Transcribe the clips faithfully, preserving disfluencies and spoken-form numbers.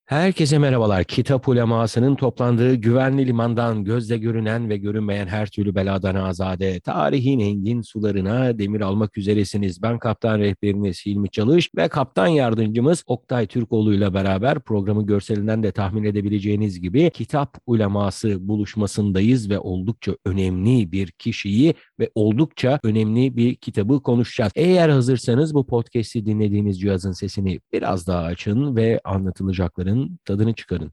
Herkese merhabalar. Kitap ulemasının toplandığı güvenli limandan gözle görünen ve görünmeyen her türlü beladan azade, tarihin engin sularına demir almak üzeresiniz. Ben kaptan rehberiniz Hilmi Çalış ve kaptan yardımcımız Oktay Türkoğlu ile beraber programı görselinden de tahmin edebileceğiniz gibi kitap uleması buluşmasındayız ve oldukça önemli bir kişiyi ve oldukça önemli bir kitabı konuşacağız. Eğer hazırsanız bu podcast'i dinlediğiniz cihazın sesini biraz daha açın ve anlatılacakların tadını çıkarın.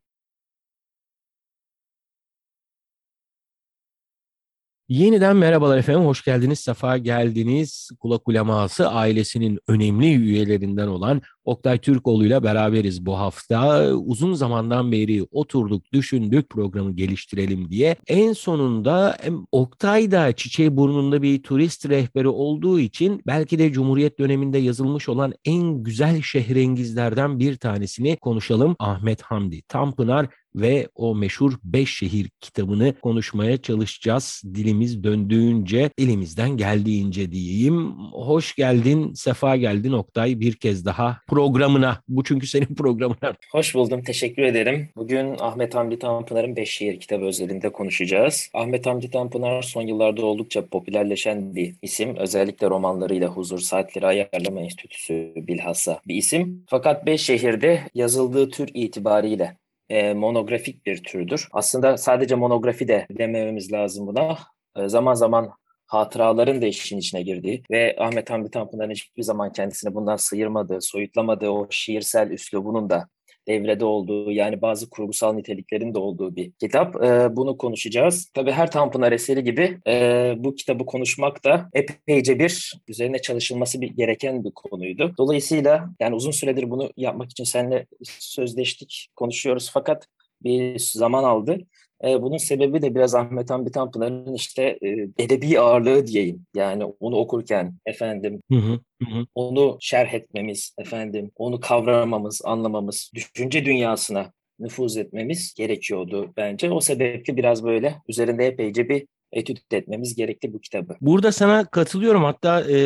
Yeniden merhabalar efendim, hoş geldiniz, sefa geldiniz. Kulak Uleması ailesinin önemli üyelerinden olan Oktay Türkoğlu ile beraberiz bu hafta. Uzun zamandan beri oturduk, düşündük programı geliştirelim diye. En sonunda Oktay da Çiçeğiburnu'nda bir turist rehberi olduğu için belki de Cumhuriyet döneminde yazılmış olan en güzel şehrengizlerden bir tanesini konuşalım. Ahmet Hamdi Tanpınar ve o meşhur Beş Şehir kitabını konuşmaya çalışacağız. Dilimiz döndüğünce, elimizden geldiğince diyeyim. Hoş geldin, sefa geldin Oktay bir kez daha programına. Bu çünkü senin programına. Hoş buldum, teşekkür ederim. Bugün Ahmet Hamdi Tanpınar'ın Beş Şehir kitabı özelinde konuşacağız. Ahmet Hamdi Tanpınar son yıllarda oldukça popülerleşen bir isim. Özellikle romanlarıyla Huzur Saatleri Ayarlama Enstitüsü bilhassa bir isim. Fakat Beş Şehir'de yazıldığı tür itibariyle e, monografik bir türdür. Aslında sadece monografi de demememiz lazım buna. E, zaman zaman hatıraların da işin içine girdiği ve Ahmet Hamdi Tanpınar'ın hiçbir zaman kendisini bundan sıyırmadığı, soyutlamadığı o şiirsel üslubunun da devrede olduğu, yani bazı kurgusal niteliklerin de olduğu bir kitap. Ee, bunu konuşacağız. Tabii her Tanpınar eseri gibi e, bu kitabı konuşmak da epeyce bir üzerine çalışılması bir, gereken bir konuydu. Dolayısıyla yani uzun süredir bunu yapmak için seninle sözleştik, konuşuyoruz fakat bir zaman aldı. E, bunun sebebi de biraz Ahmet Hamdi Tanpınar'ın işte e, edebi ağırlığı diyeyim. Yani onu okurken efendim Hı hı, hı. onu şerh etmemiz, efendim onu kavramamız, anlamamız, düşünce dünyasına nüfuz etmemiz gerekiyordu bence. O sebeple biraz böyle üzerinde epeyce bir etüt etmemiz gerekti bu kitabı. Burada sana katılıyorum. Hatta e,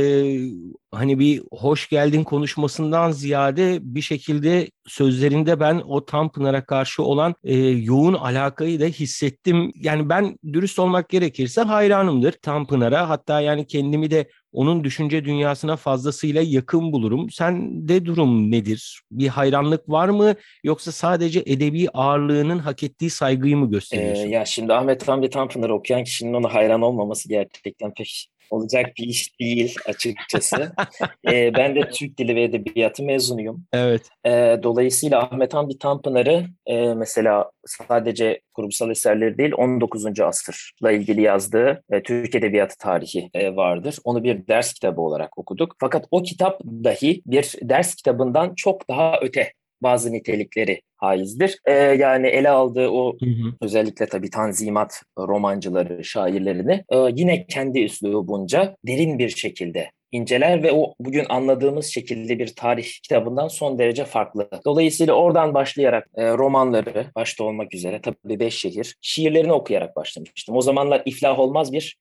hani bir hoş geldin konuşmasından ziyade bir şekilde sözlerinde ben o Tanpınar'a karşı olan e, yoğun alakayı da hissettim. Yani ben dürüst olmak gerekirse hayranımdır Tanpınar'a. Hatta yani kendimi de onun düşünce dünyasına fazlasıyla yakın bulurum. Sende durum nedir? Bir hayranlık var mı? Yoksa sadece edebi ağırlığının hak ettiği saygıyı mı Ee, gösteriyorsun? ya şimdi Ahmet Hamdi Tanpınar'ı okuyan kişinin ona hayran olmaması gerçekten pek olacak bir iş değil açıkçası. Ee, ben de Türk Dili ve Edebiyatı mezunuyum. Evet. E, dolayısıyla Ahmet Hamdi Tanpınar'ı e, mesela sadece kurgusal eserleri değil on dokuzuncu asırla ilgili yazdığı e, Türk Edebiyatı tarihi e, vardır. Onu bir ders kitabı olarak okuduk. Fakat o kitap dahi bir ders kitabından çok daha öte bazı nitelikleri haizdir. E, yani ele aldığı o Hı hı. özellikle tabii Tanzimat romancıları, şairlerini e, yine kendi üslubunca derin bir şekilde inceler ve o bugün anladığımız şekilde bir tarih kitabından son derece farklı. Dolayısıyla oradan başlayarak e, romanları başta olmak üzere tabii Beş Şehir, şiirlerini okuyarak başlamıştım. O zamanlar iflah olmaz bir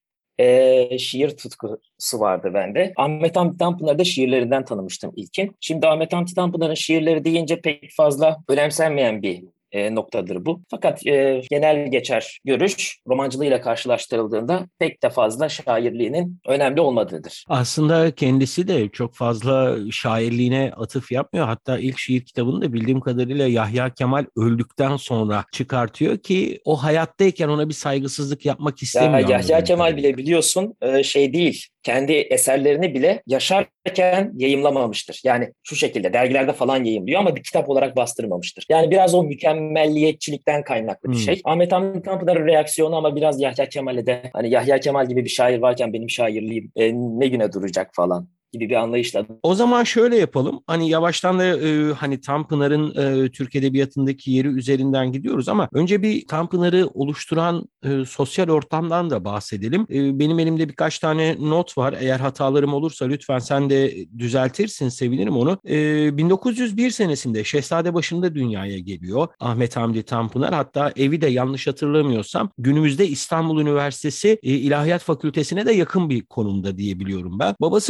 e, şiir tutkusu vardı bende. Ahmet Hamdi Tanpınar'ı da şiirlerinden tanımıştım ilkin. Şimdi Ahmet Hamdi Tanpınar'ın şiirleri deyince pek fazla önemsenmeyen bir e, noktadır bu. Fakat e, genel geçer görüş romancılığıyla karşılaştırıldığında pek de fazla şairliğinin önemli olmadığıdır. Aslında kendisi de çok fazla şairliğine atıf yapmıyor. Hatta ilk şiir kitabını da bildiğim kadarıyla Yahya Kemal öldükten sonra çıkartıyor ki o hayattayken ona bir saygısızlık yapmak Ya istemiyor Yahya anladığım Kemal kadarıyla. bile biliyorsun e, şey değil, kendi eserlerini bile yaşarken yayımlamamıştır. Yani şu şekilde dergilerde falan yayımlıyor ama bir kitap olarak bastırmamıştır. Yani biraz o mükemmelliyetçilikten kaynaklı bir Hmm. şey. Ahmet Hamdi Tanpınar'ın reaksiyonu ama biraz Yahya Kemal'e de hani Yahya Kemal gibi bir şair varken benim şairliğim e, ne güne duracak falan gibi bir anlayışla. O zaman şöyle yapalım. Hani yavaştan da e, hani Tanpınar'ın e, Türk Edebiyatı'ndaki yeri üzerinden gidiyoruz ama önce bir Tanpınar'ı oluşturan e, sosyal ortamdan da bahsedelim. E, benim elimde birkaç tane not var. Eğer hatalarım olursa lütfen sen de düzeltirsin, sevinirim onu. E, bin dokuz yüz bir senesinde Şehzadebaşı'nda dünyaya geliyor Ahmet Hamdi Tanpınar. Hatta evi de yanlış hatırlamıyorsam günümüzde İstanbul Üniversitesi e, İlahiyat Fakültesine de yakın bir konumda diye biliyorum ben. Babası borç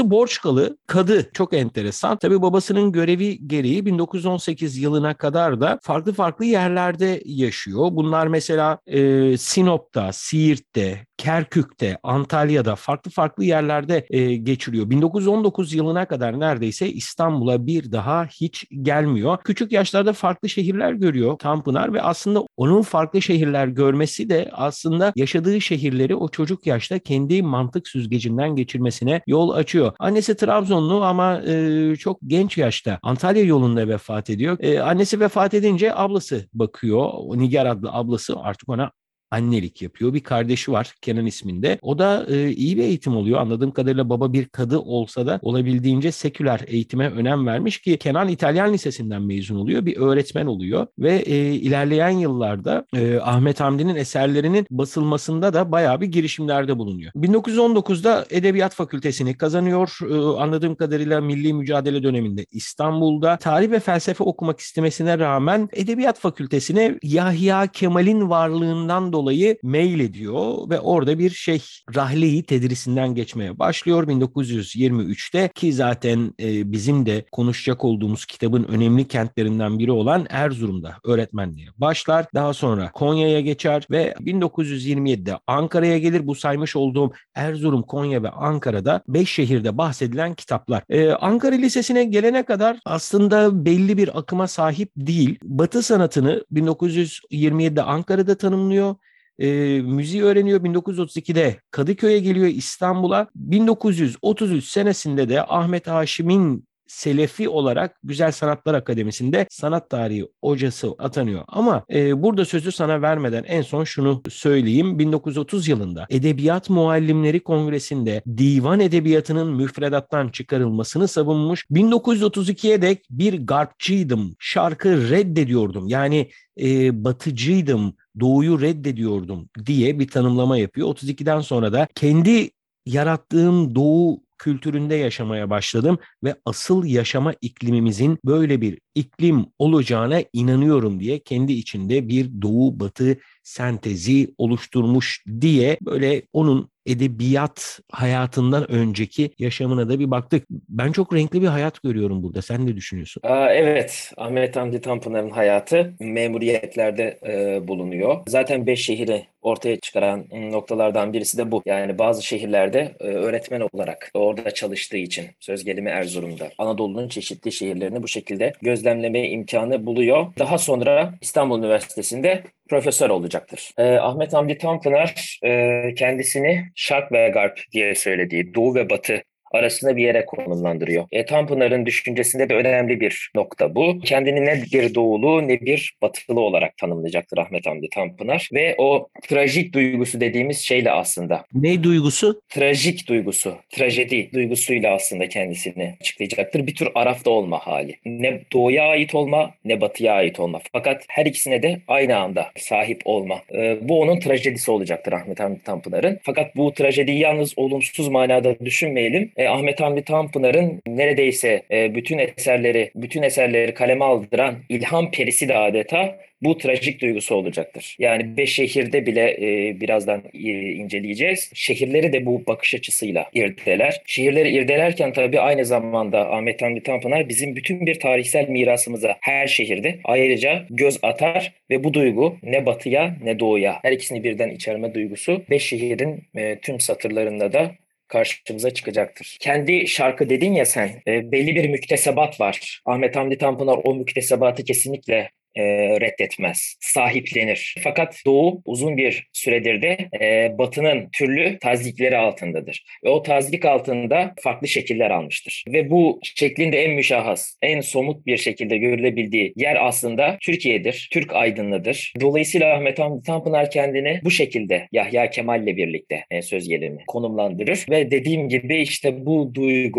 Amerikalı kadı. Çok enteresan. Tabii babasının görevi gereği bin dokuz yüz on sekiz yılına kadar da farklı farklı yerlerde yaşıyor. Bunlar mesela e, Sinop'ta, Siirt'te, Kerkük'te, Antalya'da farklı farklı yerlerde e, geçiriyor. bin dokuz yüz on dokuz yılına kadar neredeyse İstanbul'a bir daha hiç gelmiyor. Küçük yaşlarda farklı şehirler görüyor Tanpınar ve aslında onun farklı şehirler görmesi de aslında yaşadığı şehirleri o çocuk yaşta kendi mantık süzgecinden geçirmesine yol açıyor. Annesi Trabzonlu ama e, çok genç yaşta Antalya yolunda vefat ediyor. E, annesi vefat edince ablası bakıyor. O Nigar adlı ablası artık ona annelik yapıyor. Bir kardeşi var Kenan isminde. O da e, iyi bir eğitim oluyor. Anladığım kadarıyla baba bir kadı olsa da olabildiğince seküler eğitime önem vermiş ki Kenan İtalyan Lisesi'nden mezun oluyor. Bir öğretmen oluyor ve e, ilerleyen yıllarda e, Ahmet Hamdi'nin eserlerinin basılmasında da bayağı bir girişimlerde bulunuyor. bin dokuz yüz on dokuzda Edebiyat Fakültesini kazanıyor. E, anladığım kadarıyla Milli Mücadele döneminde İstanbul'da tarih ve felsefe okumak istemesine rağmen Edebiyat Fakültesine Yahya Kemal'in varlığından dolayı mail ediyor ve orada bir şey Rahleyi tedrisinden geçmeye başlıyor bin dokuz yüz yirmi üçte ki zaten e, bizim de konuşacak olduğumuz kitabın önemli kentlerinden biri olan Erzurum'da öğretmenliğe başlar. Daha sonra Konya'ya geçer ve bin dokuz yüz yirmi yedide Ankara'ya gelir. Bu saymış olduğum Erzurum, Konya ve Ankara'da beş şehirde bahsedilen kitaplar. Ee, Ankara Lisesi'ne gelene kadar aslında belli bir akıma sahip değil. Batı sanatını bin dokuz yüz yirmi yedide Ankara'da tanımlıyor. E, müziği öğreniyor. bin dokuz yüz otuz ikide Kadıköy'e geliyor İstanbul'a. bin dokuz yüz otuz üç senesinde de Ahmet Haşim'in Selefi olarak Güzel Sanatlar Akademisi'nde sanat tarihi hocası atanıyor. Ama e, burada sözü sana vermeden en son şunu söyleyeyim. bin dokuz yüz otuz yılında Edebiyat Muallimleri Kongresi'nde divan edebiyatının müfredattan çıkarılmasını savunmuş. bin dokuz yüz otuz ikiye dek bir garpçıydım, şarkı reddediyordum. Yani e, batıcıydım, doğuyu reddediyordum diye bir tanımlama yapıyor. otuz ikiden sonra da kendi yarattığım doğu kültüründe yaşamaya başladım ve asıl yaşama iklimimizin böyle bir iklim olacağına inanıyorum diye kendi içinde bir doğu batı sentezi oluşturmuş diye böyle onun edebiyat hayatından önceki yaşamına da bir baktık. Ben çok renkli bir hayat görüyorum burada. Sen ne düşünüyorsun? Aa, evet, Ahmet Hamdi Tanpınar'ın hayatı memuriyetlerde e, bulunuyor. Zaten beş şehri ortaya çıkaran noktalardan birisi de bu. Yani bazı şehirlerde e, öğretmen olarak orada çalıştığı için söz gelimi Erzurum'da Anadolu'nun çeşitli şehirlerini bu şekilde gözlemleme imkanı buluyor. Daha sonra İstanbul Üniversitesi'nde profesör olacaktır. E, Ahmet Hamdi Tanpınar e, kendisini Şark ve Garp diye söylediği Doğu ve Batı arasında bir yere konumlandırıyor. E, Tanpınar'ın düşüncesinde de önemli bir nokta bu. Kendini ne bir doğulu ne bir batılı olarak tanımlayacaktır Ahmet Hamdi Tanpınar. Ve o trajik duygusu dediğimiz şeyle aslında. Ne duygusu? Trajik duygusu, trajedi duygusuyla aslında kendisini açıklayacaktır. Bir tür arafta olma hali. Ne doğuya ait olma ne batıya ait olma. Fakat her ikisine de aynı anda sahip olma. E, bu onun trajedisi olacaktır Ahmet Hamdi Tanpınar'ın. Fakat bu trajediyi yalnız olumsuz manada düşünmeyelim. E, Ahmet Hamdi Tanpınar'ın neredeyse e, bütün eserleri, bütün eserleri kaleme aldıran ilham perisi de adeta bu trajik duygusu olacaktır. Yani beş şehirde bile e, birazdan e, inceleyeceğiz. Şehirleri de bu bakış açısıyla irdeler. Şehirleri irdelerken tabii aynı zamanda Ahmet Hamdi Tanpınar bizim bütün bir tarihsel mirasımıza her şehirde ayrıca göz atar ve bu duygu ne batıya ne doğuya her ikisini birden içerme duygusu beş şehrin e, tüm satırlarında da karşımıza çıkacaktır. Kendi şarkı dedin ya sen, e, belli bir müktesebat var. Ahmet Hamdi Tanpınar o müktesebatı kesinlikle e, reddetmez, sahiplenir. Fakat Doğu uzun bir süredir de e, Batı'nın türlü tazikleri altındadır. Ve o tazik altında farklı şekiller almıştır. Ve bu şeklin de en müşahhas, en somut bir şekilde görülebildiği yer aslında Türkiye'dir, Türk aydınlığıdır. Dolayısıyla Ahmet Hamdi Tanpınar kendini bu şekilde Yahya Kemal'le birlikte e, söz gelimi konumlandırır. Ve dediğim gibi işte bu duygu,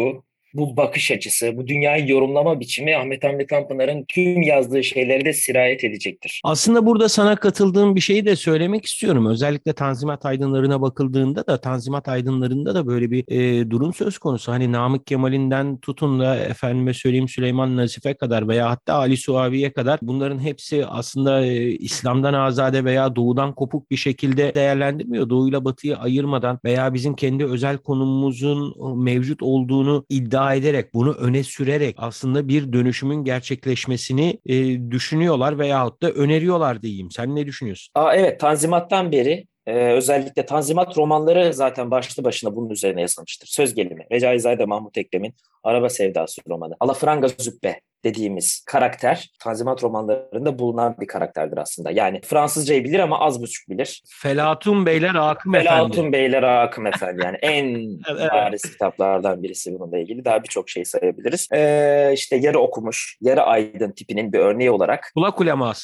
bu bakış açısı, bu dünyayı yorumlama biçimi Ahmet Hamdi Tanpınar'ın tüm yazdığı şeyleri de sirayet edecektir. Aslında burada sana katıldığım bir şeyi de söylemek istiyorum. Özellikle Tanzimat aydınlarına bakıldığında da Tanzimat aydınlarında da böyle bir e, durum söz konusu. Hani Namık Kemal'inden tutun da efendime söyleyeyim Süleyman Nazif'e kadar veya hatta Ali Suavi'ye kadar bunların hepsi aslında e, İslam'dan azade veya doğudan kopuk bir şekilde değerlendirmiyor. Doğuyla batıyı ayırmadan veya bizim kendi özel konumumuzun mevcut olduğunu iddia ederek, bunu öne sürerek aslında bir dönüşümün gerçekleşmesini e, düşünüyorlar veyahut da öneriyorlar diyeyim. Sen ne düşünüyorsun? Aa, evet, Tanzimat'tan beri e, özellikle Tanzimat romanları zaten başlı başına bunun üzerine yazılmıştır. Söz gelimi, Recaizade Mahmut Ekrem'in Araba Sevdası romanı. Alafranga Zübbe dediğimiz karakter Tanzimat romanlarında bulunan bir karakterdir aslında. Yani Fransızcayı bilir ama az buçuk bilir. Felatun Beyler Akım Efendi. Felatun Beyler Akım Efendi, yani en Evet. bariz kitaplardan birisi bununla ilgili. Daha birçok şey sayabiliriz. Ee, işte yarı okumuş, yarı aydın tipinin bir örneği olarak Kulak uleması.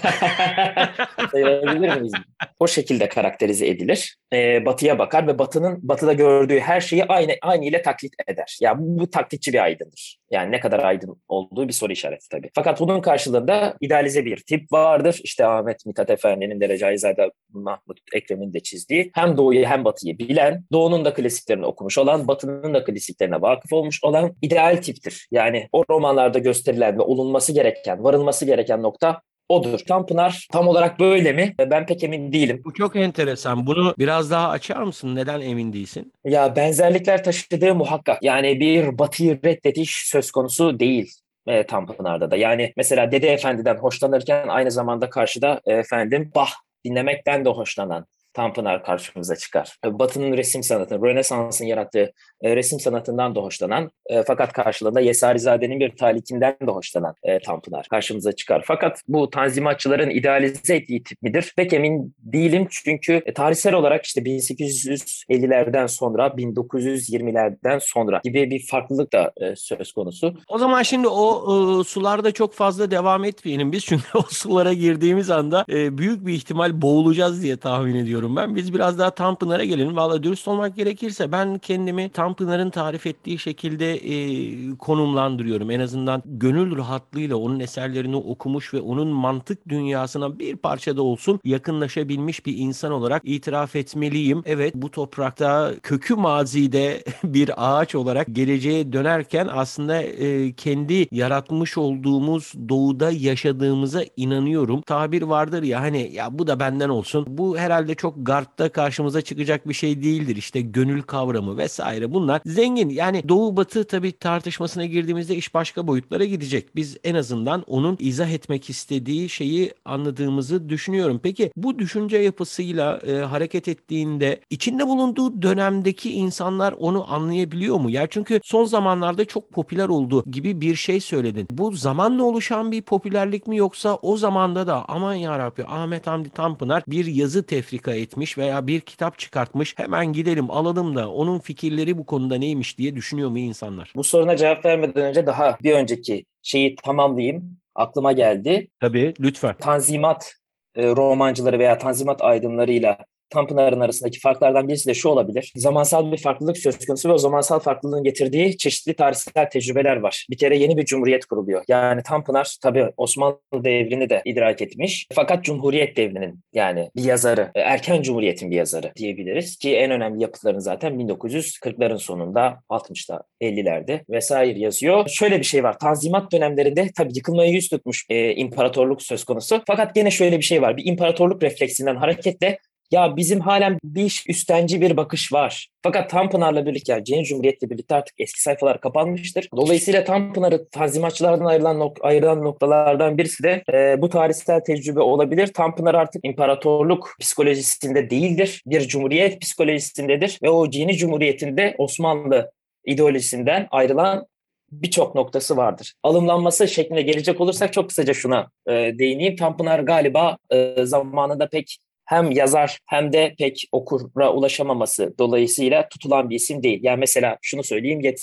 sayabilir miyiz? O şekilde karakterize edilir. Ee, batıya bakar ve batının batıda gördüğü her şeyi aynı aynı ile taklit eder. Ya bu, bu taklitçi bir aydındır. Yani ne kadar aydın olduğu bir soru işareti tabii. Fakat bunun karşılığında idealize bir tip vardır. İşte Ahmet Mithat Efendi'nin de Recaizade Mahmut Ekrem'in de çizdiği, hem doğuyu hem batıyı bilen, doğunun da klasiklerini okumuş olan, batının da klasiklerine vakıf olmuş olan ideal tiptir. Yani o romanlarda gösterilen ve olunması gereken, varılması gereken nokta odur. Tanpınar tam olarak böyle mi? Ben pek emin değilim. Bu çok enteresan. Bunu biraz daha açar mısın? Neden emin değilsin? Ya benzerlikler taşıdığı muhakkak. Yani bir batıyı reddediş söz konusu değil. E, Tanpınar'da da. Yani mesela Dede Efendi'den hoşlanırken aynı zamanda karşıda e, efendim Bach dinlemekten de hoşlanan Tanpınar karşımıza çıkar. E, Batı'nın resim sanatı, Rönesans'ın yarattığı e, resim sanatından da hoşlanan e, fakat karşılığında Yesarizade'nin bir talikinden de hoşlanan e, Tanpınar karşımıza çıkar. Fakat bu tanzimatçıların idealize ettiği tip midir? Pek emin değilim, çünkü e, tarihsel olarak işte bin sekiz yüz ellilerden sonra bin dokuz yüz yirmilerden sonra gibi bir farklılık da e, söz konusu. O zaman şimdi o e, sularda çok fazla devam etmeyelim biz. Çünkü o sulara girdiğimiz anda e, büyük bir ihtimal boğulacağız diye tahmin ediyorum ben. Biz biraz daha Tanpınar'a gelelim. Valla dürüst olmak gerekirse ben kendimi Tanpınar'ın tarif ettiği şekilde e, konumlandırıyorum. En azından gönül rahatlığıyla onun eserlerini okumuş ve onun mantık dünyasına bir parça da olsun yakınlaşabilmiş bir insan olarak itiraf etmeliyim. Evet, bu toprakta kökü mazide bir ağaç olarak geleceğe dönerken aslında e, kendi yaratmış olduğumuz doğuda yaşadığımıza inanıyorum. Tabir vardır ya, hani ya bu da benden olsun. Bu herhalde çok Garp'ta karşımıza çıkacak bir şey değildir. İşte gönül kavramı vesaire, bunlar zengin. Yani doğu batı tabii tartışmasına girdiğimizde iş başka boyutlara gidecek. Biz en azından onun izah etmek istediği şeyi anladığımızı düşünüyorum. Peki bu düşünce yapısıyla e, hareket ettiğinde içinde bulunduğu dönemdeki insanlar onu anlayabiliyor mu? Ya çünkü son zamanlarda çok popüler oldu gibi bir şey söyledin. Bu zamanla oluşan bir popülerlik mi, yoksa o zamanda da aman yarabbi Ahmet Hamdi Tanpınar bir yazı tefrika etmiş veya bir kitap çıkartmış, hemen gidelim alalım da onun fikirleri bu konuda neymiş diye düşünüyor mu insanlar? Bu soruna cevap vermeden önce daha bir önceki şeyi tamamlayayım. Aklıma geldi. Tabii, lütfen. Tanzimat e, romancıları veya Tanzimat aydınlarıyla Tanpınar'ın arasındaki farklardan birisi de şu olabilir. Zamansal bir farklılık söz konusu ve o zamansal farklılığın getirdiği çeşitli tarihsel tecrübeler var. Bir kere yeni bir cumhuriyet kuruluyor. Yani Tanpınar tabii Osmanlı devrini de idrak etmiş. Fakat Cumhuriyet devrinin, yani bir yazarı, erken cumhuriyetin bir yazarı diyebiliriz ki en önemli yapıtlarını zaten bin dokuz yüz kırkların sonunda, altmışta, ellilerde vesaire yazıyor. Şöyle bir şey var. Tanzimat dönemlerinde tabii yıkılmaya yüz tutmuş e, imparatorluk söz konusu. Fakat gene şöyle bir şey var. Bir imparatorluk refleksinden hareketle ya bizim halen bir üstenci bir bakış var. Fakat Tanpınar'la birlikte, yani Yeni Cumhuriyet'le birlikte artık eski sayfalar kapanmıştır. Dolayısıyla Tanpınar'ı tanzimatçılardan ayrılan, nok- ayıran noktalardan birisi de e, bu tarihsel tecrübe olabilir. Tanpınar artık imparatorluk psikolojisinde değildir. Bir cumhuriyet psikolojisindedir ve o Yeni Cumhuriyet'in de Osmanlı ideolojisinden ayrılan birçok noktası vardır. Alımlanması şeklinde gelecek olursak çok kısaca şuna e, değineyim. Tanpınar galiba e, zamanında pek hem yazar hem de pek okura ulaşamaması dolayısıyla tutulan bir isim değil. Yani mesela şunu söyleyeyim yetsin.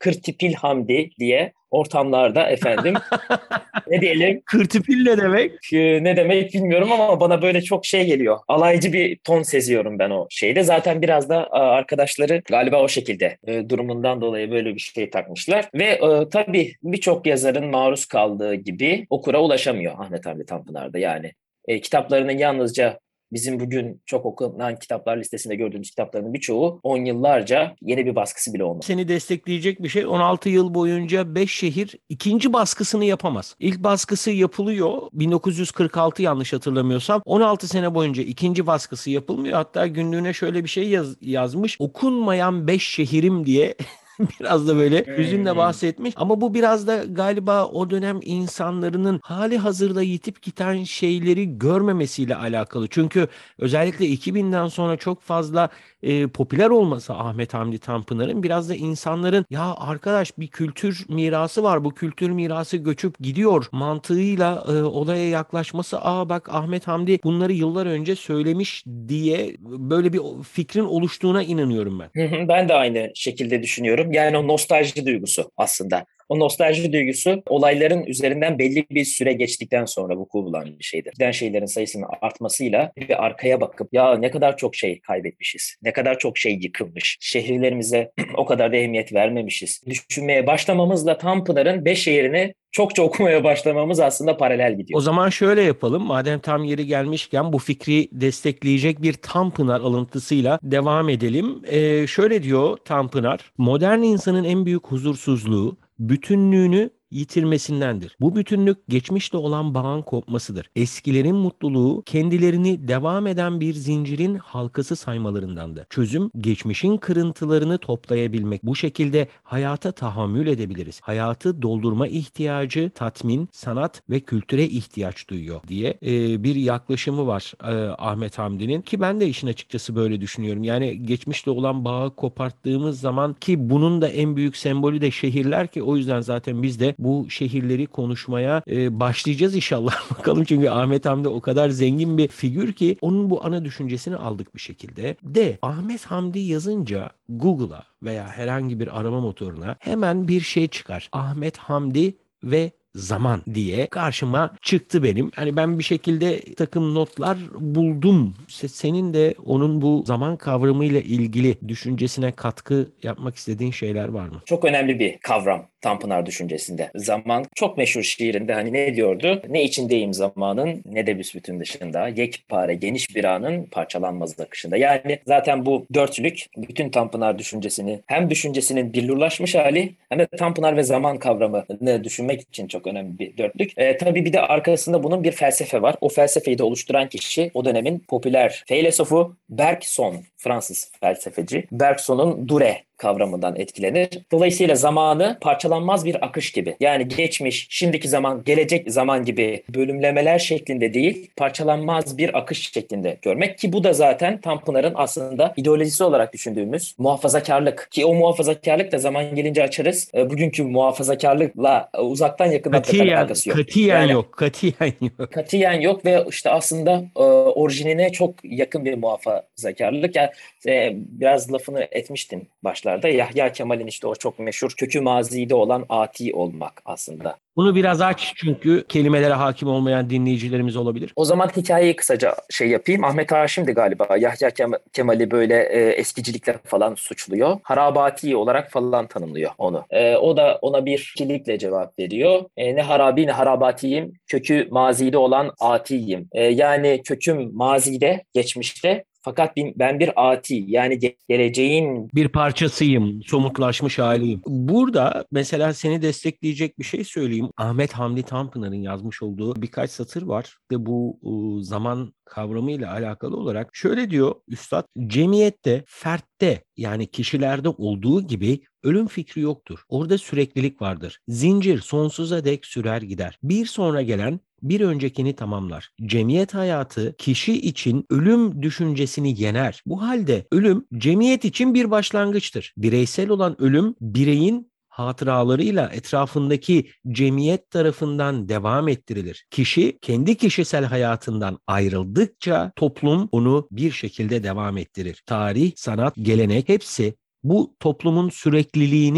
Kırtipil Hamdi diye ortamlarda efendim ne diyelim, Kırtipil ne demek? e, ne demek bilmiyorum ama bana böyle çok şey geliyor. Alaycı bir ton seziyorum ben o şeyde. Zaten biraz da a, arkadaşları galiba o şekilde e, durumundan dolayı böyle bir şey takmışlar. Ve e, tabii birçok yazarın maruz kaldığı gibi okura ulaşamıyor Ahmet Hamdi Tanpınar'da. Yani e, kitaplarının yalnızca bizim bugün çok okunan kitaplar listesinde gördüğümüz kitapların birçoğu on yıllarca yeni bir baskısı bile olmadı. Seni destekleyecek bir şey, on altı yıl boyunca beş şehir ikinci baskısını yapamaz. İlk baskısı yapılıyor bin dokuz yüz kırk altı yanlış hatırlamıyorsam. on altı sene boyunca ikinci baskısı yapılmıyor. Hatta günlüğüne şöyle bir şey yaz- yazmış. Okunmayan beş şehirim diye biraz da böyle hüzünle Hmm. bahsetmiş. Ama bu biraz da galiba o dönem insanların hali hazırda yitip giden şeyleri görmemesiyle alakalı. Çünkü özellikle iki binden sonra çok fazla e, popüler olması Ahmet Hamdi Tanpınar'ın biraz da insanların ya arkadaş bir kültür mirası var, bu kültür mirası göçüp gidiyor mantığıyla e, olaya yaklaşması, aa bak Ahmet Hamdi bunları yıllar önce söylemiş diye böyle bir fikrin oluştuğuna inanıyorum ben. Ben de aynı şekilde düşünüyorum. Yani o nostalji duygusu aslında. O nostalji duygusu olayların üzerinden belli bir süre geçtikten sonra vuku bulan bir şeydir. Giden şeylerin sayısının artmasıyla bir arkaya bakıp ya ne kadar çok şey kaybetmişiz, ne kadar çok şey yıkılmış, şehirlerimize o kadar da ehemmiyet vermemişiz. Düşünmeye başlamamızla Tanpınar'ın beş şehrini çokça okumaya başlamamız aslında paralel gidiyor. O zaman şöyle yapalım. Madem tam yeri gelmişken bu fikri destekleyecek bir Tanpınar alıntısıyla devam edelim. Ee, şöyle diyor Tanpınar. Modern insanın en büyük huzursuzluğu bütünlüğünü yitirmesindendir. Bu bütünlük geçmişle olan bağın kopmasıdır. Eskilerin mutluluğu kendilerini devam eden bir zincirin halkası saymalarındandır. Çözüm geçmişin kırıntılarını toplayabilmek. Bu şekilde hayata tahammül edebiliriz. Hayatı doldurma ihtiyacı, tatmin, sanat ve kültüre ihtiyaç duyuyor diye e, bir yaklaşımı var e, Ahmet Hamdi'nin ki ben de işin açıkçası böyle düşünüyorum. Yani geçmişle olan bağı koparttığımız zaman ki bunun da en büyük sembolü de şehirler ki o yüzden zaten biz de bu şehirleri konuşmaya e, başlayacağız inşallah bakalım. Çünkü Ahmet Hamdi o kadar zengin bir figür ki onun bu ana düşüncesini aldık bir şekilde. De Ahmet Hamdi yazınca Google'a veya herhangi bir arama motoruna hemen bir şey çıkar. Ahmet Hamdi ve zaman diye karşıma çıktı benim. Hani ben bir şekilde takım notlar buldum. Senin de onun bu zaman kavramıyla ilgili düşüncesine katkı yapmak istediğin şeyler var mı? Çok önemli bir kavram Tanpınar düşüncesinde. Zaman çok meşhur şiirinde hani ne diyordu? Ne içindeyim zamanın ne de büsbütün dışında. Yekpare geniş bir anın parçalanmaz akışında. Yani zaten bu dörtlük bütün Tanpınar düşüncesini hem düşüncesinin billurlaşmış hali hem de Tanpınar ve zaman kavramını düşünmek için çok önemli bir dörtlük. E, tabii bir de arkasında bunun bir felsefe var. O felsefeyi de oluşturan kişi o dönemin popüler filozofu Bergson, Fransız felsefeci. Bergson'un Dure kavramından etkilenir. Dolayısıyla zamanı parçalanmaz bir akış gibi. Yani geçmiş, şimdiki zaman, gelecek zaman gibi bölümlemeler şeklinde değil, parçalanmaz bir akış şeklinde görmek ki bu da zaten Tanpınar'ın aslında ideolojisi olarak düşündüğümüz muhafazakarlık ki o muhafazakarlık da zaman gelince açarız. E, bugünkü muhafazakarlıkla uzaktan yakından Katiyen, alakası yok. katiyen Yani, yok, katiyen yok. katiyen yok ve işte aslında e, orijinine çok yakın bir muhafazakarlık. Yani e, biraz lafını etmiştin başlarda. Yahya Kemal'in işte o çok meşhur kökü mazide olan ati olmak aslında. Bunu biraz aç çünkü kelimelere hakim olmayan dinleyicilerimiz olabilir. O zaman hikayeyi kısaca şey yapayım. Ahmet Haşim de galiba Yahya Kemal'i böyle e, eskicilikle falan suçluyor. Harabati olarak falan tanımlıyor onu. E, o da ona bir kilikle cevap veriyor. E, ne harabi ne harabatiyim, kökü mazide olan atiyim. E, yani köküm mazide, geçmişte. Fakat ben bir ati yani geleceğin bir parçasıyım, somutlaşmış haliyim. Burada mesela seni destekleyecek bir şey söyleyeyim. Ahmet Hamdi Tanpınar'ın yazmış olduğu birkaç satır var ve bu ıı, zaman kavramıyla alakalı olarak şöyle diyor Üstad, cemiyette, fertte yani kişilerde olduğu gibi ölüm fikri yoktur. Orada süreklilik vardır. Zincir sonsuza dek sürer gider. Bir sonra gelen bir öncekini tamamlar. Cemiyet hayatı kişi için ölüm düşüncesini yener. Bu halde ölüm cemiyet için bir başlangıçtır. Bireysel olan ölüm bireyin hatıralarıyla etrafındaki cemiyet tarafından devam ettirilir. Kişi kendi kişisel hayatından ayrıldıkça toplum onu bir şekilde devam ettirir. Tarih, sanat, gelenek hepsi bu toplumun sürekliliğinin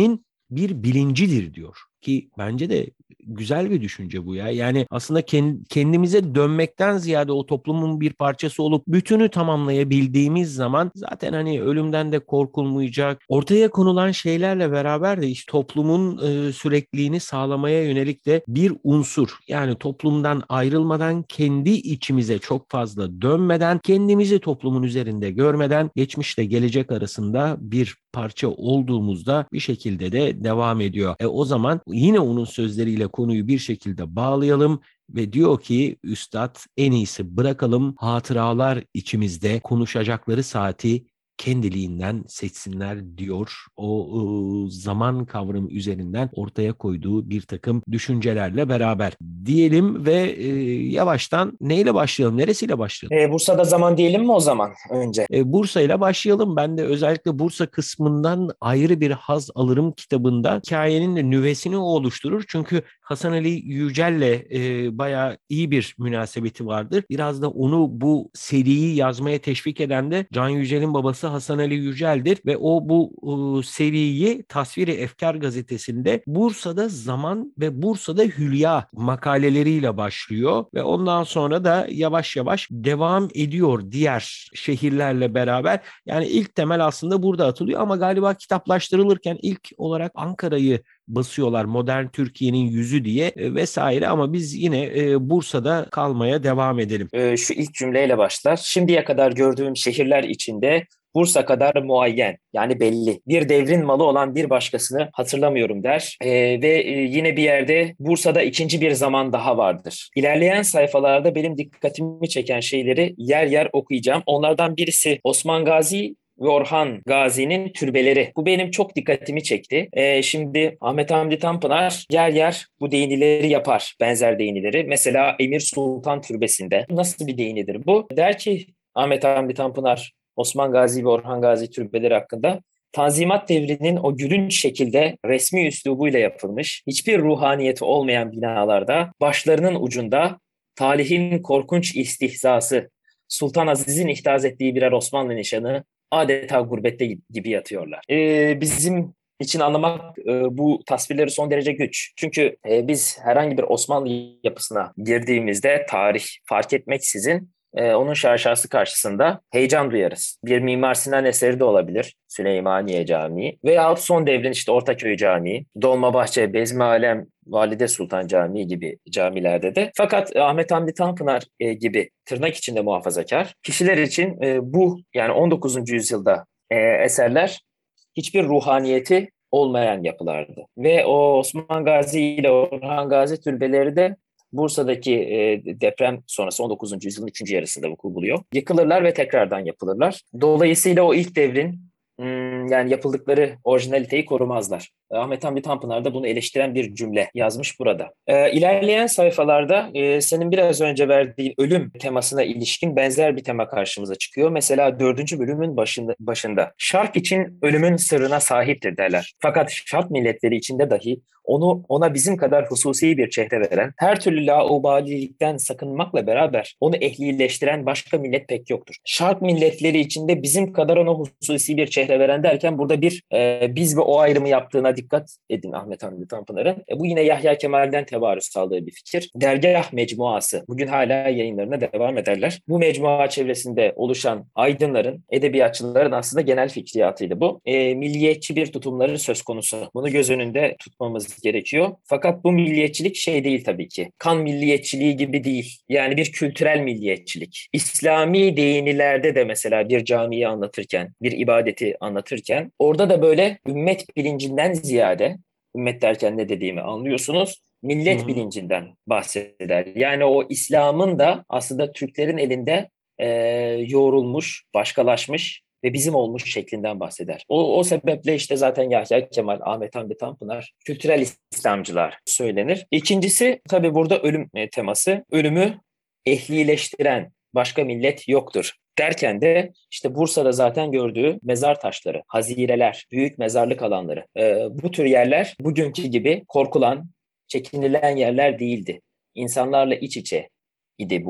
bir bilincidir diyor. Ki bence de güzel bir düşünce bu ya. Yani aslında kendimize dönmekten ziyade o toplumun bir parçası olup bütünü tamamlayabildiğimiz zaman zaten hani ölümden de korkulmayacak. Ortaya konulan şeylerle beraber de işte toplumun e, sürekliliğini sağlamaya yönelik de bir unsur. Yani toplumdan ayrılmadan, kendi içimize çok fazla dönmeden, kendimizi toplumun üzerinde görmeden geçmişle gelecek arasında bir parça olduğumuzda bir şekilde de devam ediyor. E o zaman yine onun sözleriyle konuyu bir şekilde bağlayalım ve diyor ki üstad, en iyisi bırakalım hatıralar içimizde, konuşacakları saati kendiliğinden seçsinler diyor. O ıı, zaman kavramı üzerinden ortaya koyduğu bir takım düşüncelerle beraber diyelim ve e, yavaştan neyle başlayalım, neresiyle başlayalım? E, Bursa'da zaman diyelim mi o zaman önce? E, Bursa ile başlayalım. Ben de özellikle Bursa kısmından ayrı bir haz alırım kitabında. Hikayenin de nüvesini o oluşturur. Çünkü Hasan Ali Yücel'le e, bayağı iyi bir münasebeti vardır. Biraz da onu bu seriyi yazmaya teşvik eden de Can Yücel'in babası Hasan Ali Yücel'dir ve o bu e, seriyi Tasviri Efkar gazetesinde Bursa'da Zaman ve Bursa'da Hülya makaleleriyle başlıyor ve ondan sonra da yavaş yavaş devam ediyor diğer şehirlerle beraber. Yani ilk temel aslında burada atılıyor ama galiba kitaplaştırılırken ilk olarak Ankara'yı basıyorlar, modern Türkiye'nin yüzü diye e, vesaire, ama biz yine e, Bursa'da kalmaya devam edelim. E, şu ilk cümleyle başlar. Şimdiye kadar gördüğüm şehirler içinde Bursa kadar muayyen, yani belli, bir devrin malı olan bir başkasını hatırlamıyorum der. E, ve e, yine bir yerde Bursa'da ikinci bir zaman daha vardır. İlerleyen sayfalarda benim dikkatimi çeken şeyleri yer yer okuyacağım. Onlardan birisi Osman Gazi ve Orhan Gazi'nin türbeleri. Bu benim çok dikkatimi çekti. Ee, şimdi Ahmet Hamdi Tanpınar yer yer bu değinileri yapar, benzer değinileri. Mesela Emir Sultan Türbesi'nde. Nasıl bir değinidir bu? Der ki Ahmet Hamdi Tanpınar, Osman Gazi ve Orhan Gazi türbeleri hakkında, Tanzimat devrinin o gülünç şekilde resmi üslubuyla yapılmış, hiçbir ruhaniyeti olmayan binalarda başlarının ucunda talihin korkunç istihzası, Sultan Aziz'in ihtaz ettiği birer Osmanlı nişanı adeta gurbette gibi yatıyorlar. Ee, bizim için anlamak e, bu tasvirleri son derece güç. Çünkü e, biz herhangi bir Osmanlı yapısına girdiğimizde tarih fark etmeksizin e, onun şaşası karşısında heyecan duyarız. Bir Mimar Sinan eseri de olabilir. Süleymaniye Camii veyahut son devrin işte Ortaköy Camii, Dolmabahçe, Bezmi Alem, Valide Sultan Camii gibi camilerde de. Fakat Ahmet Hamdi Tanpınar e, gibi tırnak içinde muhafazakar kişiler için e, bu, yani on dokuzuncu yüzyılda e, eserler hiçbir ruhaniyeti olmayan yapılardı. Ve o Osman Gazi ile Orhan Gazi türbeleri de Bursa'daki e, deprem sonrası on dokuzuncu yüzyılın ikinci yarısında vuku buluyor. Yıkılırlar ve tekrardan yapılırlar. Dolayısıyla o ilk devrin hmm, yani yapıldıkları orijinaliteyi korumazlar. Ahmet Hamdi Tanpınar da bunu eleştiren bir cümle yazmış burada. Ee, ilerleyen sayfalarda e, senin biraz önce verdiğin ölüm temasına ilişkin benzer bir tema karşımıza çıkıyor. Mesela dördüncü bölümün başında, başında Şark için ölümün sırrına sahiptir derler. Fakat Şark milletleri içinde dahi onu ona bizim kadar hususi bir çehre veren, her türlü laubalilikten sakınmakla beraber onu ehlileştiren başka millet pek yoktur. Şark milletleri içinde bizim kadar ona hususi bir çehre veren derken burada bir e, biz ve o ayrımı yaptığına dikkat edin Ahmet Hamdi Tanpınar'ın. E, bu yine Yahya Kemal'den tevarüz aldığı bir fikir. Dergah mecmuası. Bugün hala yayınlarına devam ederler. Bu mecmua çevresinde oluşan aydınların, edebiyatçıların aslında genel fikriyatıydı bu. E, milliyetçi bir tutumları söz konusu. Bunu göz önünde tutmamız gerekiyor. Fakat bu milliyetçilik şey değil tabii ki. Kan milliyetçiliği gibi değil. Yani bir kültürel milliyetçilik. İslami değinilerde de mesela bir camiyi anlatırken, bir ibadeti anlatırken orada da böyle ümmet bilincinden ziyade, ümmet derken ne dediğimi anlıyorsunuz, millet Hı hı. bilincinden bahseder. Yani o İslam'ın da aslında Türklerin elinde e, yoğrulmuş, başkalaşmış ve bizim olmuş şeklinden bahseder. O, o sebeple işte zaten Yahya Kemal, Ahmet Hamdi Tanpınar kültürel İslamcılar söylenir. İkincisi tabii burada ölüm teması. Ölümü ehlileştiren başka millet yoktur derken de işte Bursa'da zaten gördüğü mezar taşları, hazireler, büyük mezarlık alanları. E, bu tür yerler bugünkü gibi korkulan, çekinilen yerler değildi. İnsanlarla iç içe idi bu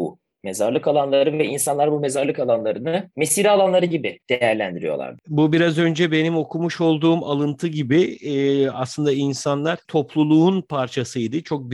mezarlık alanları ve insanlar bu mezarlık alanlarını mesire alanları gibi değerlendiriyorlardı. Bu biraz önce benim okumuş olduğum alıntı gibi e, aslında insanlar topluluğun parçasıydı. Çok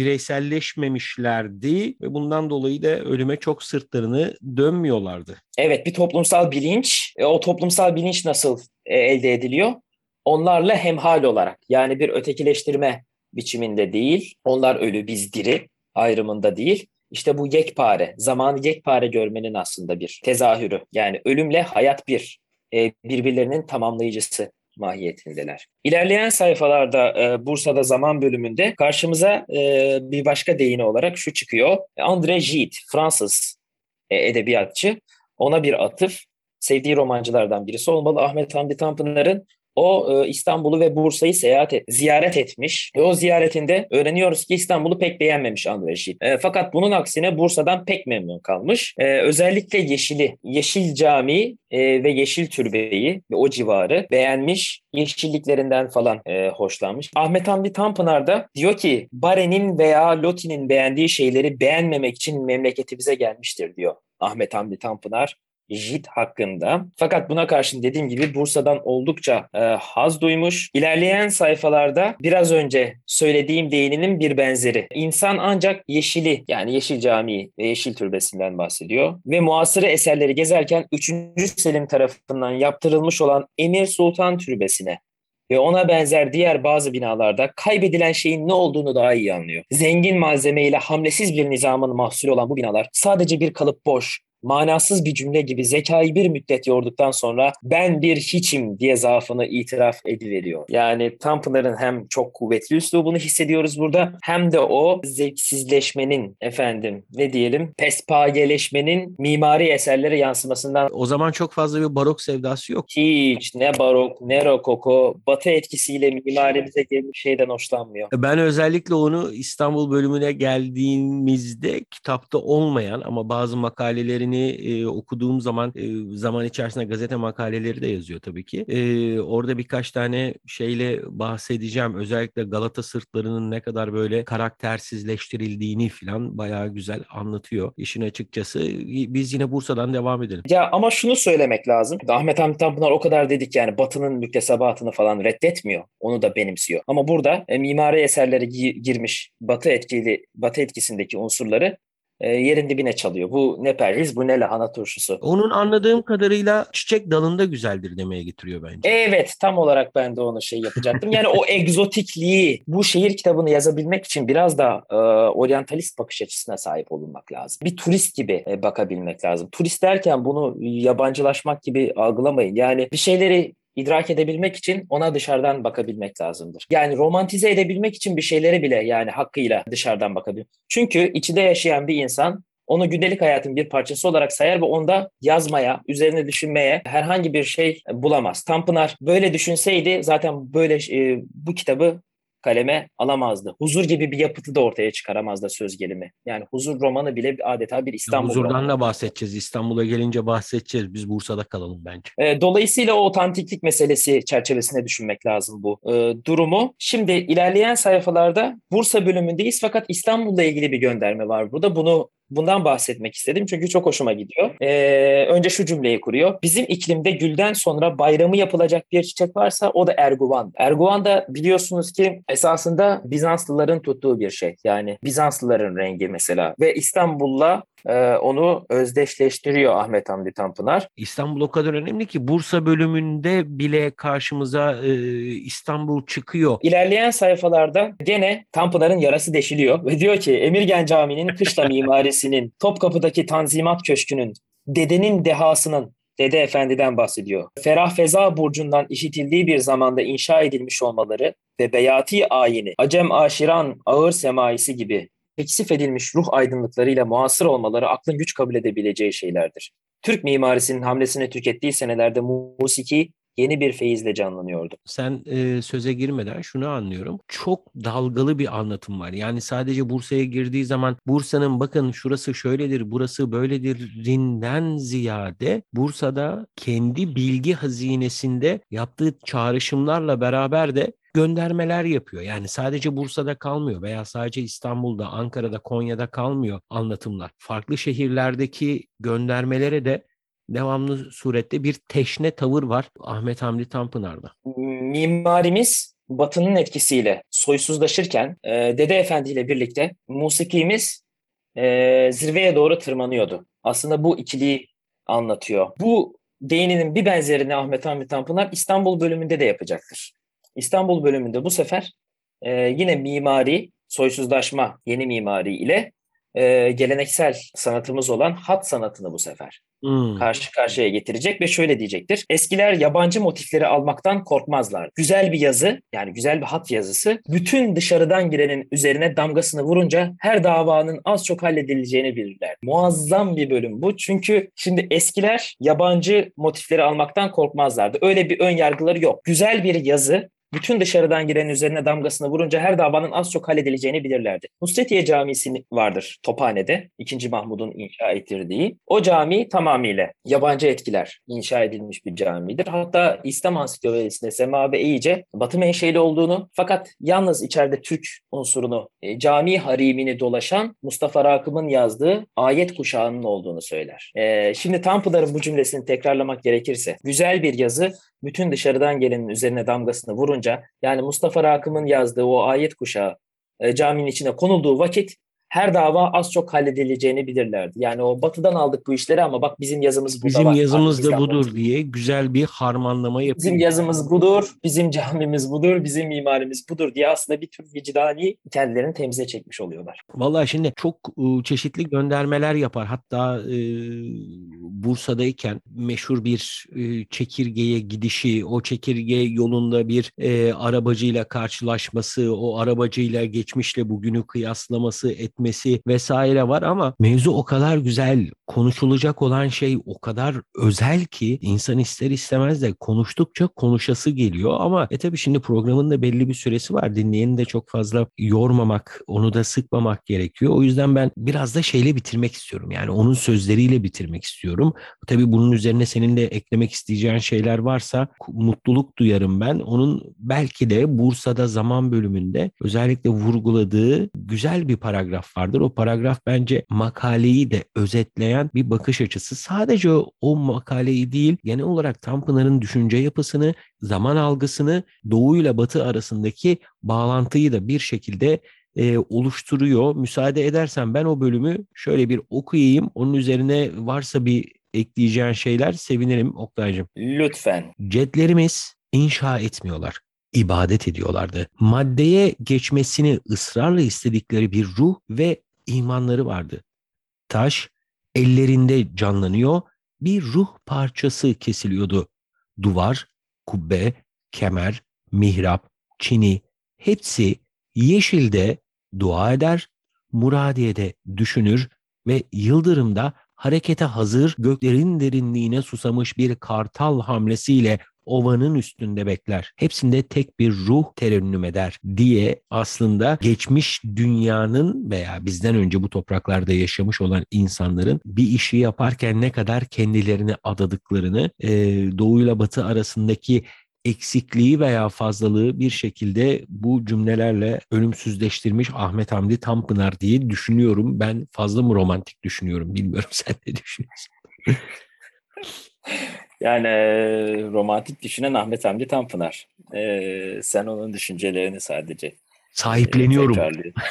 bireyselleşmemişlerdi ve bundan dolayı da ölüme çok sırtlarını dönmüyorlardı. Evet, bir toplumsal bilinç. E, o toplumsal bilinç nasıl e, elde ediliyor? Onlarla hemhal olarak, yani bir ötekileştirme biçiminde değil, onlar ölü biz diri ayrımında değil. İşte bu yekpare, zamanı yekpare görmenin aslında bir tezahürü. Yani ölümle hayat bir, e, birbirlerinin tamamlayıcısı mahiyetindeler. İlerleyen sayfalarda e, Bursa'da zaman bölümünde karşımıza e, bir başka deyini olarak şu çıkıyor. André Gide, Fransız e, edebiyatçı. Ona bir atıf, sevdiği romancılardan birisi olmalı. Ahmet Hamdi Tanpınar'ın o e, İstanbul'u ve Bursa'yı seyahat et, ziyaret etmiş. Ve o ziyaretinde öğreniyoruz ki İstanbul'u pek beğenmemiş André Gide. E, fakat bunun aksine Bursa'dan pek memnun kalmış. E, özellikle Yeşil'i, Yeşil Camii e, ve Yeşil Türbe'yi ve o civarı beğenmiş. Yeşilliklerinden falan e, hoşlanmış. Ahmet Hamdi Tanpınar da diyor ki Bare'nin veya Loti'nin beğendiği şeyleri beğenmemek için memleketimize gelmiştir diyor Ahmet Hamdi Tanpınar Gide hakkında. Fakat buna karşın dediğim gibi Bursa'dan oldukça e, haz duymuş. İlerleyen sayfalarda biraz önce söylediğim değininin bir benzeri. İnsan ancak Yeşil'i, yani Yeşil Camii ve Yeşil Türbesi'nden bahsediyor. Ve muasırı eserleri gezerken üçüncü Selim tarafından yaptırılmış olan Emir Sultan Türbesi'ne ve ona benzer diğer bazı binalarda kaybedilen şeyin ne olduğunu daha iyi anlıyor. Zengin malzemeyle hamlesiz bir nizamın mahsulü olan bu binalar sadece bir kalıp boş, manasız bir cümle gibi zekayı bir müddet yorduktan sonra ben bir hiçim diye zaafını itiraf ediveriyor. Yani Tanpınar'ın hem çok kuvvetli üslubunu hissediyoruz burada, hem de o zevksizleşmenin, efendim ne diyelim, pespayeleşmenin mimari eserlere yansımasından. O zaman çok fazla bir barok sevdası yok. Hiç ne barok ne rokoko, batı etkisiyle mimarimize gelmiş şeyden hoşlanmıyor. Ben özellikle onu İstanbul bölümüne geldiğimizde kitapta olmayan ama bazı makalelerini e, okuduğum zaman e, zaman içerisinde gazete makaleleri de yazıyor tabii ki. E, orada birkaç tane şeyle bahsedeceğim. Özellikle Galata sırtlarının ne kadar böyle karaktersizleştirildiğini falan bayağı güzel anlatıyor. İşin açıkçası biz yine Bursa'dan devam edelim. Ya ama şunu söylemek lazım. Ahmet Hamdi Tanpınar o kadar dedik, yani Batı'nın müktesebatını falan reddetmiyor. Onu da benimsiyor. Ama burada e, mimari eserlere gi- girmiş Batı etkili Batı etkisindeki unsurları e, yerin dibine çalıyor. Bu ne perhiz, bu ne lahana turşusu. Onun anladığım kadarıyla çiçek dalında güzeldir demeye getiriyor bence. Evet, tam olarak ben de onu şey yapacaktım. Yani o egzotikliği, bu şehir kitabını yazabilmek için biraz da e, oryantalist bakış açısına sahip olunmak lazım. Bir turist gibi e, bakabilmek lazım. Turist derken bunu yabancılaşmak gibi algılamayın. Yani bir şeyleri idrak edebilmek için ona dışarıdan bakabilmek lazımdır. Yani romantize edebilmek için bir şeyleri bile yani hakkıyla dışarıdan bakabilir. Çünkü içinde yaşayan bir insan onu gündelik hayatın bir parçası olarak sayar ve onda yazmaya, üzerine düşünmeye herhangi bir şey bulamaz. Tanpınar böyle düşünseydi zaten böyle e, bu kitabı kaleme alamazdı. Huzur gibi bir yapıtı da ortaya çıkaramazdı söz gelimi. Yani Huzur romanı bile adeta bir İstanbul Huzurdan romanı. da bahsedeceğiz. İstanbul'a gelince bahsedeceğiz. Biz Bursa'da kalalım bence. E, dolayısıyla o otantiklik meselesi çerçevesinde düşünmek lazım bu e, durumu. Şimdi ilerleyen sayfalarda Bursa bölümündeyiz fakat İstanbul'la ilgili bir gönderme var burada. Bunu Bundan bahsetmek istedim çünkü çok hoşuma gidiyor. Ee, önce şu cümleyi kuruyor. Bizim iklimde gülden sonra bayramı yapılacak bir çiçek varsa o da erguvan. Erguvan da biliyorsunuz ki esasında Bizanslıların tuttuğu bir şey. Yani Bizanslıların rengi mesela. Ve İstanbul'la e, onu özdeşleştiriyor Ahmet Hamdi Tanpınar. İstanbul o kadar önemli ki Bursa bölümünde bile karşımıza e, İstanbul çıkıyor. İlerleyen sayfalarda gene Tanpınar'ın yarası deşiliyor ve diyor ki Emirgan Camii'nin kışla mimarisinin, Topkapı'daki Tanzimat Köşkü'nün, dedenin dehasının, Dede Efendi'den bahsediyor. Ferah Feza Burcu'ndan işitildiği bir zamanda inşa edilmiş olmaları ve beyati ayini, Acem Aşiran ağır semaisi gibi teksif edilmiş ruh aydınlıklarıyla muasır olmaları aklın güç kabul edebileceği şeylerdir. Türk mimarisinin hamlesini tükettiği senelerde musiki yeni bir feyizle canlanıyordu. Sen e, söze girmeden şunu anlıyorum. Çok dalgalı bir anlatım var. Yani sadece Bursa'ya girdiği zaman Bursa'nın bakın şurası şöyledir, burası böyledir'inden ziyade Bursa'da kendi bilgi hazinesinde yaptığı çağrışımlarla beraber de göndermeler yapıyor. Yani sadece Bursa'da kalmıyor veya sadece İstanbul'da, Ankara'da, Konya'da kalmıyor anlatımlar. Farklı şehirlerdeki göndermelere de devamlı surette bir teşne tavır var Ahmet Hamdi Tanpınar'da. Mimarimiz Batı'nın etkisiyle soysuzlaşırken e, Dede Efendi ile birlikte musikimiz e, zirveye doğru tırmanıyordu. Aslında bu ikiliyi anlatıyor. Bu değininin bir benzerini Ahmet Hamdi Tanpınar İstanbul bölümünde de yapacaktır. İstanbul bölümünde bu sefer e, yine mimari, soysuzlaşma, yeni mimari ile e, geleneksel sanatımız olan hat sanatını bu sefer Hmm. karşı karşıya getirecek ve şöyle diyecektir. Eskiler yabancı motifleri almaktan korkmazlar. Güzel bir yazı, yani güzel bir hat yazısı bütün dışarıdan girenin üzerine damgasını vurunca her davanın az çok halledileceğini bilirler. Muazzam bir bölüm bu. Çünkü şimdi eskiler yabancı motifleri almaktan korkmazlardı. Öyle bir ön yargıları yok. Güzel bir yazı bütün dışarıdan girenin üzerine damgasını vurunca her davanın az çok halledileceğini bilirlerdi. Nusretiye Camisi vardır Tophane'de. ikinci. Mahmud'un inşa ettirdiği. O cami tamamıyla yabancı etkiler inşa edilmiş bir camidir. Hatta İslam Ansiklopedisi'nde Semabe iyice Batı menşeli olduğunu fakat yalnız içeride Türk unsurunu, e, cami harimini dolaşan Mustafa Rakım'ın yazdığı ayet kuşağının olduğunu söyler. E, şimdi Tanpınar'ın bu cümlesini tekrarlamak gerekirse güzel bir yazı bütün dışarıdan gelenin üzerine damgasını vurunca, yani Mustafa Rakım'ın yazdığı o ayet kuşağı e, caminin içine konulduğu vakit her dava az çok halledileceğini bilirlerdi. Yani o batıdan aldık bu işleri ama bak bizim yazımız burada Bizim var. yazımız da Bizden budur motiv. diye güzel bir harmanlama yapıyor. Bizim yazımız budur, bizim camimiz budur, bizim mimarimiz budur diye aslında bir tür vicdani kendilerini temize çekmiş oluyorlar. Vallahi şimdi çok e, çeşitli göndermeler yapar. Hatta e, Bursa'dayken meşhur bir e, çekirgeye gidişi, o çekirge yolunda bir e, arabacıyla karşılaşması, o arabacıyla geçmişle bugünü kıyaslaması, etmesi vesaire var ama mevzu o kadar güzel, konuşulacak olan şey o kadar özel ki insan ister istemez de konuştukça konuşası geliyor ama e tabii şimdi programın da belli bir süresi var. Dinleyeni de çok fazla yormamak, onu da sıkmamak gerekiyor. O yüzden ben biraz da şeyle bitirmek istiyorum. Yani onun sözleriyle bitirmek istiyorum. Tabii bunun üzerine senin de eklemek isteyeceğin şeyler varsa mutluluk duyarım ben. Onun belki de Bursa'da zaman bölümünde özellikle vurguladığı güzel bir paragraf vardır. O paragraf bence makaleyi de özetleyen bir bakış açısı. Sadece o makaleyi değil, genel olarak Tanpınar'ın düşünce yapısını, zaman algısını, Doğu ile Batı arasındaki bağlantıyı da bir şekilde e, oluşturuyor. Müsaade edersen ben o bölümü şöyle bir okuyayım. Onun üzerine varsa bir ekleyeceğin şeyler sevinirim Oktay'cığım. Lütfen. Cedlerimiz inşa etmiyorlar, ibadet ediyorlardı. Maddeye geçmesini ısrarla istedikleri bir ruh ve imanları vardı. Taş ellerinde canlanıyor, bir ruh parçası kesiliyordu. Duvar, kubbe, kemer, mihrap, çini hepsi yeşilde dua eder, Muradiye'de düşünür ve yıldırımda harekete hazır göklerin derinliğine susamış bir kartal hamlesiyle ovanın üstünde bekler. Hepsinde tek bir ruh terennüm eder diye aslında geçmiş dünyanın veya bizden önce bu topraklarda yaşamış olan insanların bir işi yaparken ne kadar kendilerini adadıklarını, e, Doğu ile Batı arasındaki eksikliği veya fazlalığı bir şekilde bu cümlelerle ölümsüzleştirmiş Ahmet Hamdi Tanpınar diye düşünüyorum. Ben fazla mı romantik düşünüyorum bilmiyorum, sen ne düşünüyorsun? Yani e, romantik düşünen Ahmet Hamdi Tanpınar. E, sen onun düşüncelerini sadece e, Sahipleniyorum. tekrarlıyorsun.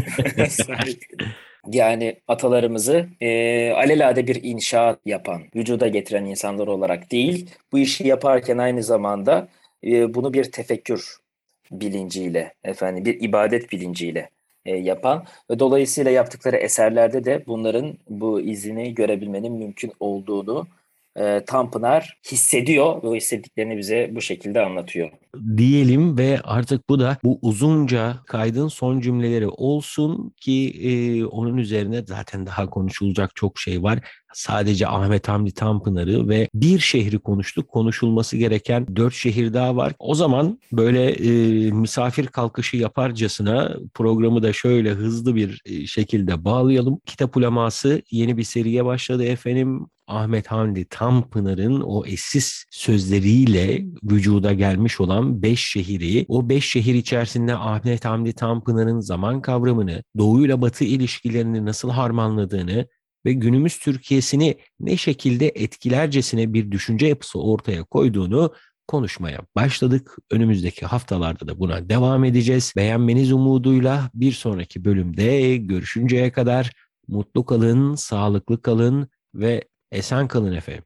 Yani atalarımızı e, alelade bir inşaat yapan, vücuda getiren insanlar olarak değil, bu işi yaparken aynı zamanda e, bunu bir tefekkür bilinciyle, efendim bir ibadet bilinciyle e, yapan ve dolayısıyla yaptıkları eserlerde de bunların bu izini görebilmenin mümkün olduğunu e, Tanpınar hissediyor ve o hissettiklerini bize bu şekilde anlatıyor. Diyelim ve artık bu da bu uzunca kaydın son cümleleri olsun ki e, onun üzerine zaten daha konuşulacak çok şey var. Sadece Ahmet Hamdi Tanpınar'ı ve bir şehri konuştuk. Konuşulması gereken dört şehir daha var. O zaman böyle e, misafir kalkışı yaparcasına programı da şöyle hızlı bir e, şekilde bağlayalım. Kitap Uleması yeni bir seriye başladı efendim. Ahmet Hamdi Tanpınar'ın o eşsiz sözleriyle vücuda gelmiş olan beş şehri, o beş şehir içerisinde Ahmet Hamdi Tanpınar'ın zaman kavramını, Doğu ile Batı ilişkilerini nasıl harmanladığını ve günümüz Türkiye'sini ne şekilde etkilercesine bir düşünce yapısı ortaya koyduğunu konuşmaya başladık. Önümüzdeki haftalarda da buna devam edeceğiz. Beğenmeniz umuduyla bir sonraki bölümde görüşünceye kadar mutlu kalın, sağlıklı kalın ve esen kalın efendim.